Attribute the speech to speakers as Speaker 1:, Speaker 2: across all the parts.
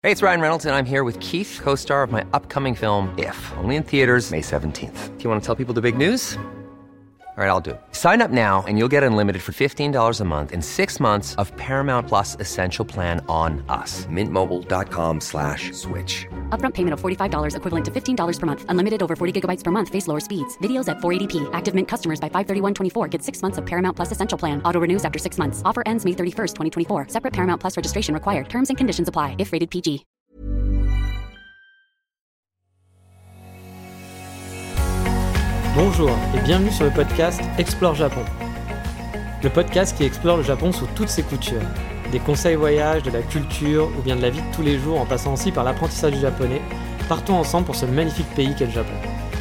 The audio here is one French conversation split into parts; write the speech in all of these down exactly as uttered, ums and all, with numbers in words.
Speaker 1: Hey, it's Ryan Reynolds, and I'm here with Keith, co-star of my upcoming film, If, only in theaters May seventeenth. Do you want to tell people the big news? All right, I'll do it. Sign up now and you'll get unlimited for fifteen dollars a month and six months of Paramount Plus Essential Plan on us. Mint Mobile dot com slash switch.
Speaker 2: Upfront payment of forty-five dollars equivalent to fifteen dollars per month. Unlimited over forty gigabytes per month. Face lower speeds. Videos at four eighty p. Active Mint customers by five thirty-one twenty-four get six months of Paramount Plus Essential Plan. Auto renews after six months. Offer ends May thirty-first, twenty twenty-four. Separate Paramount Plus registration required. Terms and conditions apply if rated P G.
Speaker 3: Bonjour et bienvenue sur le podcast Explore Japon. Le podcast qui explore le Japon sous toutes ses coutures. Des conseils voyages, de la culture ou bien de la vie de tous les jours en passant aussi par l'apprentissage du japonais. Partons ensemble pour ce magnifique pays qu'est le Japon.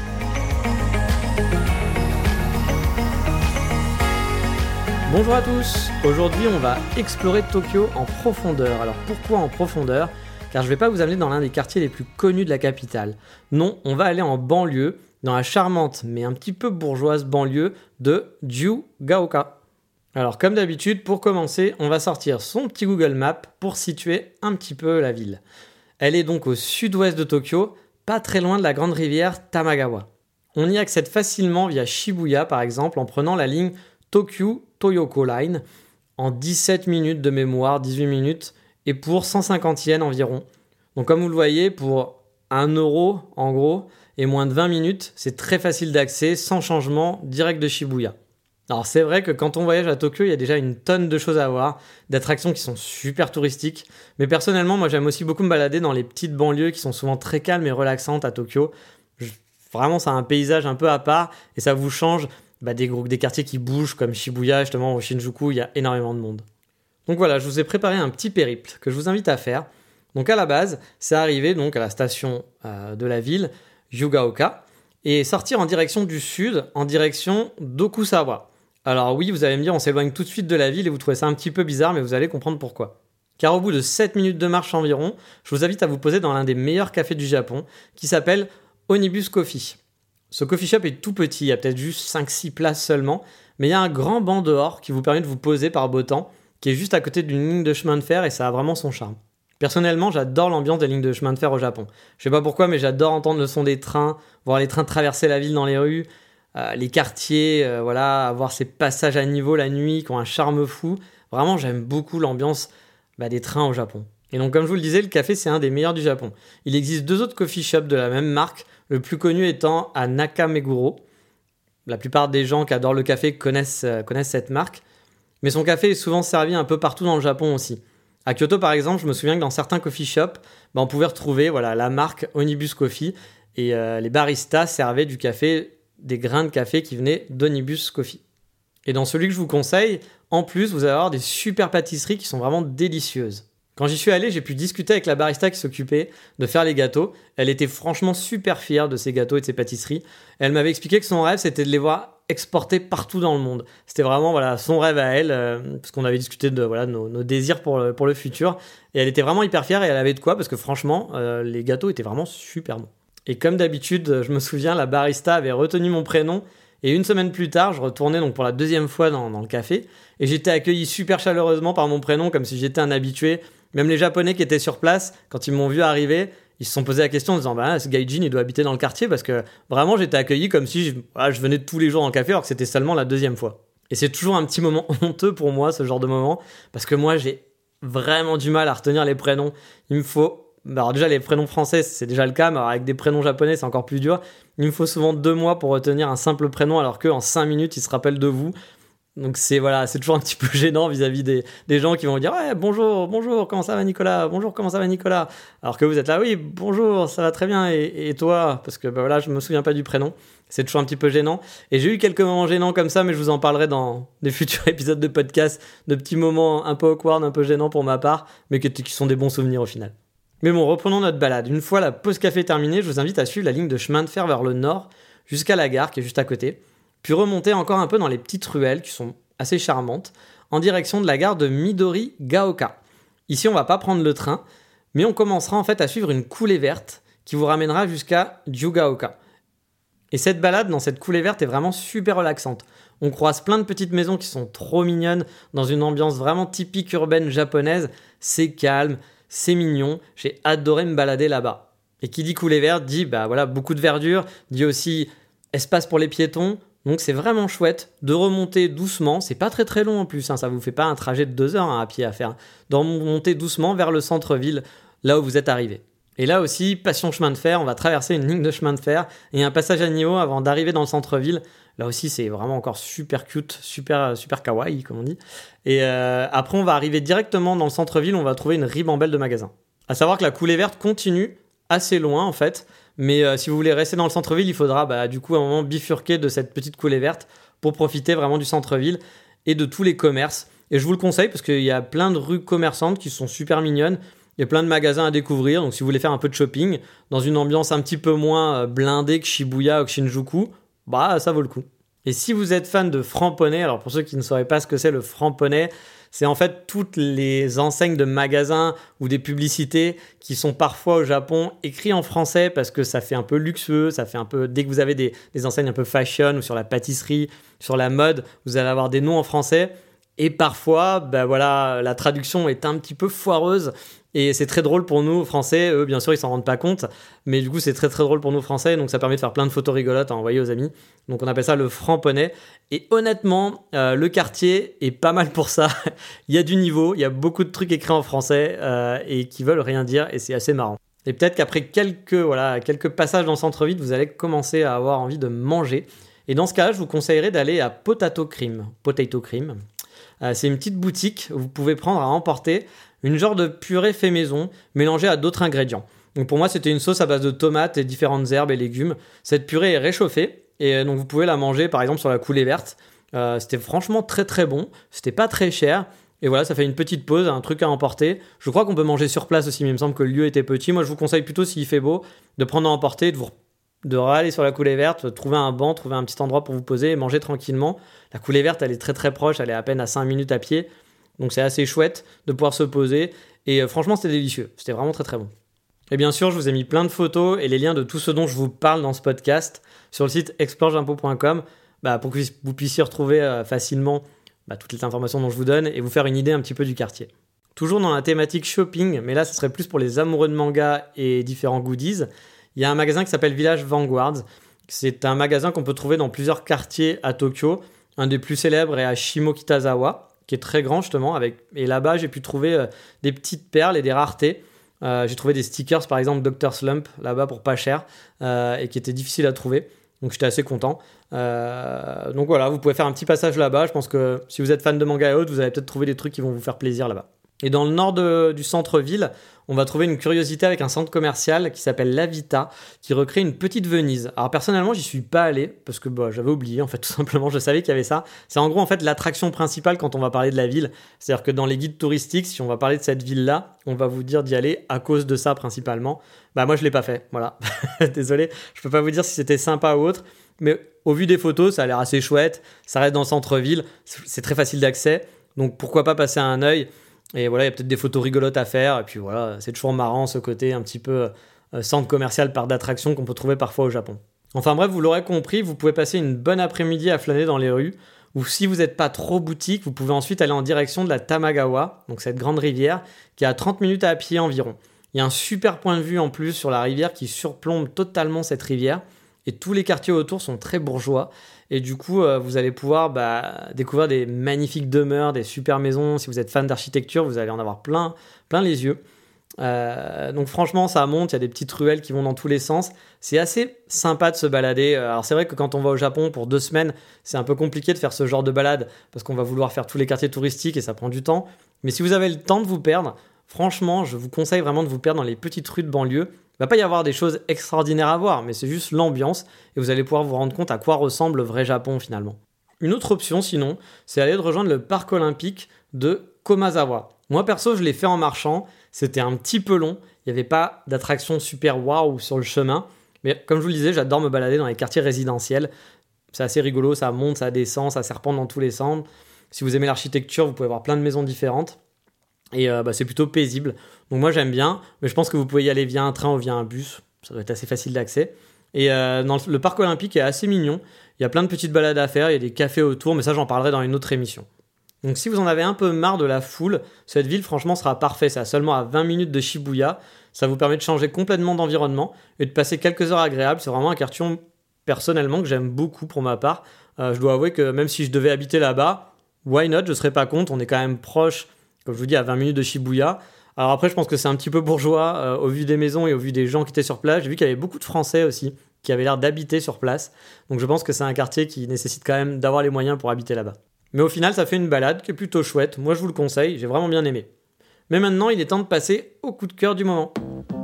Speaker 3: Bonjour à tous. Aujourd'hui on va explorer Tokyo en profondeur. Alors pourquoi en profondeur ? Car je ne vais pas vous amener dans l'un des quartiers les plus connus de la capitale. Non, on va aller en banlieue, dans la charmante mais un petit peu bourgeoise banlieue de Jugaoka. Alors comme d'habitude, pour commencer, on va sortir son petit Google Maps pour situer un petit peu la ville. Elle est donc au sud-ouest de Tokyo, pas très loin de la grande rivière Tamagawa. On y accède facilement via Shibuya par exemple en prenant la ligne Tokyu Toyoko Line en dix-sept minutes de mémoire, dix-huit minutes et pour cent cinquante yens environ. Donc comme vous le voyez, pour un euro en gros, et moins de vingt minutes, c'est très facile d'accès, sans changement, direct de Shibuya. Alors c'est vrai que quand on voyage à Tokyo, il y a déjà une tonne de choses à voir, d'attractions qui sont super touristiques, mais personnellement, moi j'aime aussi beaucoup me balader dans les petites banlieues qui sont souvent très calmes et relaxantes à Tokyo. Je, vraiment, ça a un paysage un peu à part, et ça vous change bah, des, des quartiers qui bougent, comme Shibuya, justement, au Shinjuku, il y a énormément de monde. Donc voilà, je vous ai préparé un petit périple que je vous invite à faire. Donc à la base, c'est arrivé donc à la station euh, de la ville, Jugaoka, et sortir en direction du sud, en direction d'Okusawa. Alors oui, vous allez me dire, on s'éloigne tout de suite de la ville et vous trouvez ça un petit peu bizarre, mais vous allez comprendre pourquoi. Car au bout de sept minutes de marche environ, je vous invite à vous poser dans l'un des meilleurs cafés du Japon, qui s'appelle Onibus Coffee. Ce coffee shop est tout petit, il y a peut-être juste cinq six places seulement, mais il y a un grand banc dehors qui vous permet de vous poser par beau temps, qui est juste à côté d'une ligne de chemin de fer et ça a vraiment son charme. Personnellement, j'adore l'ambiance des lignes de chemin de fer au Japon. Je sais pas pourquoi, mais j'adore entendre le son des trains, voir les trains traverser la ville dans les rues, euh, les quartiers, euh, voilà, avoir ces passages à niveau la nuit qui ont un charme fou. Vraiment, j'aime beaucoup l'ambiance bah, des trains au Japon. Et donc, comme je vous le disais, le café, c'est un des meilleurs du Japon. Il existe deux autres coffee shops de la même marque, le plus connu étant à Nakameguro. La plupart des gens qui adorent le café connaissent, euh, connaissent cette marque. Mais son café est souvent servi un peu partout dans le Japon aussi. À Kyoto, par exemple, je me souviens que dans certains coffee shops, bah, on pouvait retrouver voilà, la marque Onibus Coffee et euh, les baristas servaient du café, des grains de café qui venaient d'Onibus Coffee. Et dans celui que je vous conseille, en plus, vous allez avoir des super pâtisseries qui sont vraiment délicieuses. Quand j'y suis allé, j'ai pu discuter avec la barista qui s'occupait de faire les gâteaux. Elle était franchement super fière de ses gâteaux et de ses pâtisseries. Elle m'avait expliqué que son rêve, c'était de les voir exportés partout dans le monde. C'était vraiment voilà, son rêve à elle, euh, parce qu'on avait discuté de, voilà, de nos, nos désirs pour le, pour le futur. Et elle était vraiment hyper fière et elle avait de quoi, parce que franchement, euh, les gâteaux étaient vraiment super bons. Et comme d'habitude, je me souviens, la barista avait retenu mon prénom. Et une semaine plus tard, je retournais donc pour la deuxième fois dans, dans le café. Et j'étais accueilli super chaleureusement par mon prénom, comme si j'étais un habitué. Même les Japonais qui étaient sur place, quand ils m'ont vu arriver, ils se sont posé la question en disant bah, « ce gaijin, il doit habiter dans le quartier » parce que vraiment, j'étais accueilli comme si je, voilà, je venais tous les jours dans le café alors que c'était seulement la deuxième fois. Et c'est toujours un petit moment honteux pour moi, ce genre de moment, parce que moi, j'ai vraiment du mal à retenir les prénoms. Il me faut... Bah alors déjà, les prénoms français, c'est déjà le cas, mais alors avec des prénoms japonais, c'est encore plus dur. Il me faut souvent deux mois pour retenir un simple prénom alors qu'en cinq minutes, ils se rappellent de vous. Donc c'est voilà, c'est toujours un petit peu gênant vis-à-vis des, des gens qui vont vous dire ouais, bonjour, bonjour, comment ça va Nicolas, bonjour, comment ça va Nicolas, alors que vous êtes là, oui, bonjour, ça va très bien, et, et toi, parce que bah voilà, je me souviens pas du prénom, c'est toujours un petit peu gênant. Et j'ai eu quelques moments gênants comme ça, mais je vous en parlerai dans des futurs épisodes de podcast, de petits moments un peu awkward, un peu gênants pour ma part, mais qui, qui sont des bons souvenirs au final. Mais bon, reprenons notre balade. Une fois la pause café terminée, je vous invite à suivre la ligne de chemin de fer vers le nord, jusqu'à la gare qui est juste à côté, puis remonter encore un peu dans les petites ruelles qui sont assez charmantes, en direction de la gare de Midori-gaoka. Ici, on va pas prendre le train, mais on commencera en fait à suivre une coulée verte qui vous ramènera jusqu'à Jugaoka. Et cette balade dans cette coulée verte est vraiment super relaxante. On croise plein de petites maisons qui sont trop mignonnes, dans une ambiance vraiment typique urbaine japonaise. C'est calme, c'est mignon, j'ai adoré me balader là-bas. Et qui dit coulée verte dit bah voilà, beaucoup de verdure, dit aussi espace pour les piétons. Donc c'est vraiment chouette de remonter doucement, c'est pas très très long en plus, hein, ça vous fait pas un trajet de deux heures hein, à pied à faire, de remonter doucement vers le centre-ville, là où vous êtes arrivé. Et là aussi, passion chemin de fer, on va traverser une ligne de chemin de fer et un passage à niveau avant d'arriver dans le centre-ville. Là aussi, c'est vraiment encore super cute, super, super kawaii, comme on dit. Et euh, après, on va arriver directement dans le centre-ville, on va trouver une ribambelle de magasins. À savoir que la coulée verte continue assez loin, en fait. Mais euh, si vous voulez rester dans le centre-ville, il faudra bah, du coup à un moment bifurquer de cette petite coulée verte pour profiter vraiment du centre-ville et de tous les commerces. Et je vous le conseille parce qu'il y a plein de rues commerçantes qui sont super mignonnes. Il y a plein de magasins à découvrir. Donc si vous voulez faire un peu de shopping dans une ambiance un petit peu moins blindée que Shibuya ou que Shinjuku, bah ça vaut le coup. Et si vous êtes fan de franc-poney, alors pour ceux qui ne sauraient pas ce que c'est le franc-poney, c'est en fait toutes les enseignes de magasins ou des publicités qui sont parfois au Japon écrits en français parce que ça fait un peu luxueux, ça fait un peu, dès que vous avez des, des enseignes un peu fashion ou sur la pâtisserie, sur la mode, vous allez avoir des noms en français et parfois, ben voilà, la traduction est un petit peu foireuse. Et c'est très drôle pour nous, Français. Eux, bien sûr, ils s'en rendent pas compte. Mais du coup, c'est très, très drôle pour nous, Français. Donc, ça permet de faire plein de photos rigolotes à envoyer aux amis. Donc, on appelle ça le franc-poney. Et honnêtement, euh, le quartier est pas mal pour ça. Il y a du niveau. Il y a beaucoup de trucs écrits en français euh, et qui veulent rien dire. Et c'est assez marrant. Et peut-être qu'après quelques, voilà, quelques passages dans le centre-ville, vous allez commencer à avoir envie de manger. Et dans ce cas-là, je vous conseillerais d'aller à Potato Cream. Potato Cream. Euh, c'est une petite boutique où vous pouvez prendre à emporter une genre de purée fait maison mélangée à d'autres ingrédients. Donc pour moi, c'était une sauce à base de tomates et différentes herbes et légumes. Cette purée est réchauffée et donc vous pouvez la manger par exemple sur la coulée verte. Euh, c'était franchement très très bon. C'était pas très cher. Et voilà, ça fait une petite pause, un truc à emporter. Je crois qu'on peut manger sur place aussi, mais il me semble que le lieu était petit. Moi, je vous conseille plutôt, s'il fait beau, de prendre à emporter, de vous de râler sur la coulée verte, trouver un banc, trouver un petit endroit pour vous poser et manger tranquillement. La coulée verte, elle est très très proche, elle est à peine à cinq minutes à pied. Donc c'est assez chouette de pouvoir se poser. Et euh, franchement, c'était délicieux. C'était vraiment très très bon. Et bien sûr, je vous ai mis plein de photos et les liens de tout ce dont je vous parle dans ce podcast sur le site explore jimpo point com bah, pour que vous puissiez retrouver euh, facilement bah, toutes les informations dont je vous donne et vous faire une idée un petit peu du quartier. Toujours dans la thématique shopping, mais là, ce serait plus pour les amoureux de manga et différents goodies. Il y a un magasin qui s'appelle Village Vanguard. C'est un magasin qu'on peut trouver dans plusieurs quartiers à Tokyo. Un des plus célèbres est à Shimokitazawa, qui est très grand justement. Avec... Et là-bas, j'ai pu trouver euh, des petites perles et des raretés. Euh, j'ai trouvé des stickers, par exemple docteur Slump, là-bas pour pas cher, euh, et qui étaient difficiles à trouver. Donc j'étais assez content. Euh, donc voilà, vous pouvez faire un petit passage là-bas. Je pense que si vous êtes fan de manga et autres, vous allez peut-être trouver des trucs qui vont vous faire plaisir là-bas. Et dans le nord de, du centre-ville, on va trouver une curiosité avec un centre commercial qui s'appelle La Vita, qui recrée une petite Venise. Alors personnellement, j'y suis pas allé parce que bah, j'avais oublié, en fait, tout simplement, je savais qu'il y avait ça. C'est en gros en fait l'attraction principale quand on va parler de la ville. C'est-à-dire que dans les guides touristiques, si on va parler de cette ville-là, on va vous dire d'y aller à cause de ça principalement. Bah moi, je l'ai pas fait, voilà. Désolé, je peux pas vous dire si c'était sympa ou autre, mais au vu des photos, ça a l'air assez chouette. Ça reste dans le centre-ville, c'est très facile d'accès, donc pourquoi pas passer un œil. Et voilà, il y a peut-être des photos rigolotes à faire. Et puis voilà, c'est toujours marrant ce côté un petit peu euh, centre commercial par d'attractions qu'on peut trouver parfois au Japon. Enfin bref, vous l'aurez compris, vous pouvez passer une bonne après-midi à flâner dans les rues. Ou si vous n'êtes pas trop boutique, vous pouvez ensuite aller en direction de la Tamagawa, donc cette grande rivière, qui est à trente minutes à pied environ. Il y a un super point de vue en plus sur la rivière qui surplombe totalement cette rivière. Et tous les quartiers autour sont très bourgeois. Et du coup, euh, vous allez pouvoir bah, découvrir des magnifiques demeures, des super maisons. Si vous êtes fan d'architecture, vous allez en avoir plein, plein les yeux. Euh, donc franchement, ça monte. Il y a des petites ruelles qui vont dans tous les sens. C'est assez sympa de se balader. Alors c'est vrai que quand on va au Japon pour deux semaines, c'est un peu compliqué de faire ce genre de balade parce qu'on va vouloir faire tous les quartiers touristiques et ça prend du temps. Mais si vous avez le temps de vous perdre, franchement, je vous conseille vraiment de vous perdre dans les petites rues de banlieue. Il ne va pas y avoir des choses extraordinaires à voir, mais c'est juste l'ambiance et vous allez pouvoir vous rendre compte à quoi ressemble le vrai Japon finalement. Une autre option sinon, c'est aller de rejoindre le parc olympique de Komazawa. Moi perso, je l'ai fait en marchant, c'était un petit peu long, il n'y avait pas d'attraction super waouh sur le chemin, mais comme je vous le disais, j'adore me balader dans les quartiers résidentiels. C'est assez rigolo, ça monte, ça descend, ça serpente dans tous les sens. Si vous aimez l'architecture, vous pouvez voir plein de maisons différentes. Et euh, bah, c'est plutôt paisible. Donc moi j'aime bien, mais je pense que vous pouvez y aller via un train ou via un bus. Ça doit être assez facile d'accès. Et euh, dans le, le parc olympique est assez mignon. Il y a plein de petites balades à faire, il y a des cafés autour, mais ça j'en parlerai dans une autre émission. Donc si vous en avez un peu marre de la foule, cette ville franchement sera parfaite, ça seulement à vingt minutes de Shibuya, ça vous permet de changer complètement d'environnement et de passer quelques heures agréables, c'est vraiment un quartier personnellement que j'aime beaucoup pour ma part. Euh, je dois avouer que même si je devais habiter là-bas, why not, je serais pas contre, on est quand même proche, comme je vous dis, à vingt minutes de Shibuya. Alors après je pense que c'est un petit peu bourgeois euh, au vu des maisons et au vu des gens qui étaient sur place, j'ai vu qu'il y avait beaucoup de Français aussi qui avaient l'air d'habiter sur place, donc je pense que c'est un quartier qui nécessite quand même d'avoir les moyens pour habiter là-bas. Mais au final, ça fait une balade qui est plutôt chouette. Moi, je vous le conseille, j'ai vraiment bien aimé. Mais maintenant, il est temps de passer au coup de cœur du moment.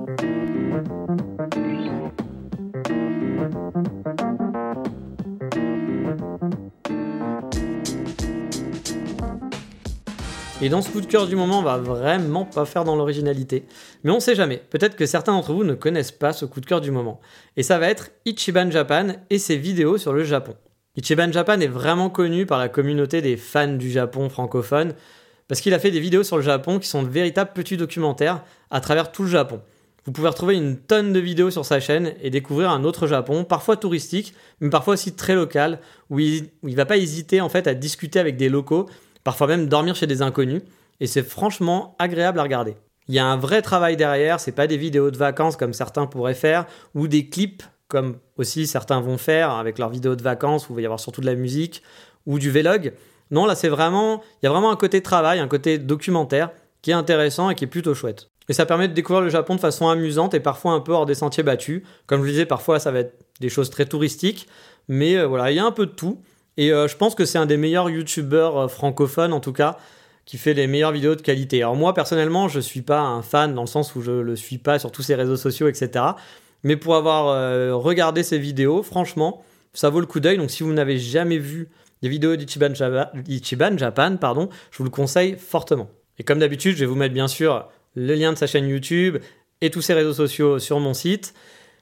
Speaker 3: Et dans ce coup de cœur du moment, on va vraiment pas faire dans l'originalité. Mais on sait jamais. Peut-être que certains d'entre vous ne connaissent pas ce coup de cœur du moment. Et ça va être Ichiban Japan et ses vidéos sur le Japon. Ichiban Japan est vraiment connu par la communauté des fans du Japon francophone parce qu'il a fait des vidéos sur le Japon qui sont de véritables petits documentaires à travers tout le Japon. Vous pouvez retrouver une tonne de vidéos sur sa chaîne et découvrir un autre Japon, parfois touristique, mais parfois aussi très local, où il, où il va pas hésiter en fait à discuter avec des locaux, parfois même dormir chez des inconnus, et c'est franchement agréable à regarder. Il y a un vrai travail derrière, c'est pas des vidéos de vacances comme certains pourraient faire, ou des clips comme aussi certains vont faire avec leurs vidéos de vacances où il va y avoir surtout de la musique ou du vlog. Non, là c'est vraiment, il y a vraiment un côté travail, un côté documentaire qui est intéressant et qui est plutôt chouette. Et ça permet de découvrir le Japon de façon amusante et parfois un peu hors des sentiers battus. Comme je le disais, parfois ça va être des choses très touristiques, mais euh, voilà, il y a un peu de tout. Et euh, je pense que c'est un des meilleurs youtubeurs euh, francophones en tout cas, qui fait les meilleures vidéos de qualité. Alors moi personnellement, je suis pas un fan dans le sens où je le suis pas sur tous ses réseaux sociaux, et cetera. Mais pour avoir euh, regardé ces vidéos, franchement, ça vaut le coup d'œil. Donc si vous n'avez jamais vu des vidéos d'Ichiban Japan, Ichiban Japan, pardon, je vous le conseille fortement. Et comme d'habitude, je vais vous mettre bien sûr le lien de sa chaîne YouTube et tous ses réseaux sociaux sur mon site.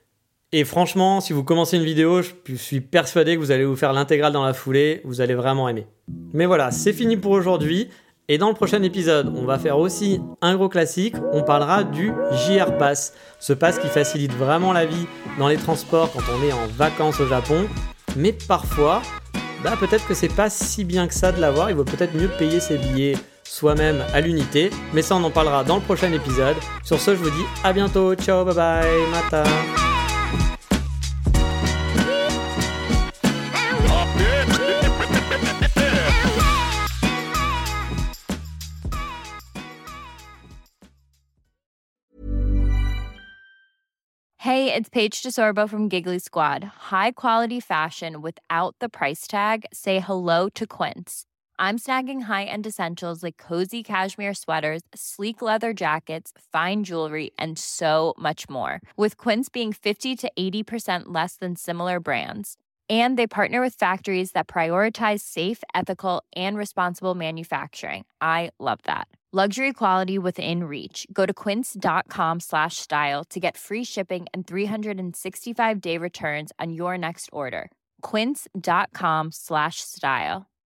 Speaker 3: Et franchement, si vous commencez une vidéo, je suis persuadé que vous allez vous faire l'intégrale dans la foulée. Vous allez vraiment aimer. Mais voilà, c'est fini pour aujourd'hui. Et dans le prochain épisode, on va faire aussi un gros classique, on parlera du J R Pass. Ce pass qui facilite vraiment la vie dans les transports quand on est en vacances au Japon. Mais parfois, bah peut-être que c'est pas si bien que ça de l'avoir, il vaut peut-être mieux payer ses billets soi-même à l'unité. Mais ça, on en parlera dans le prochain épisode. Sur ce, je vous dis à bientôt, ciao, bye bye, mata.
Speaker 4: Hey, it's Paige DeSorbo from Giggly Squad. High quality fashion without the price tag. Say hello to Quince. I'm snagging high-end essentials like cozy cashmere sweaters, sleek leather jackets, fine jewelry, and so much more. With Quince being fifty to eighty percent less than similar brands. And they partner with factories that prioritize safe, ethical, and responsible manufacturing. I love that. Luxury quality within reach. Go to quince.com slash style to get free shipping and three sixty-five day returns on your next order. Quince.com slash style.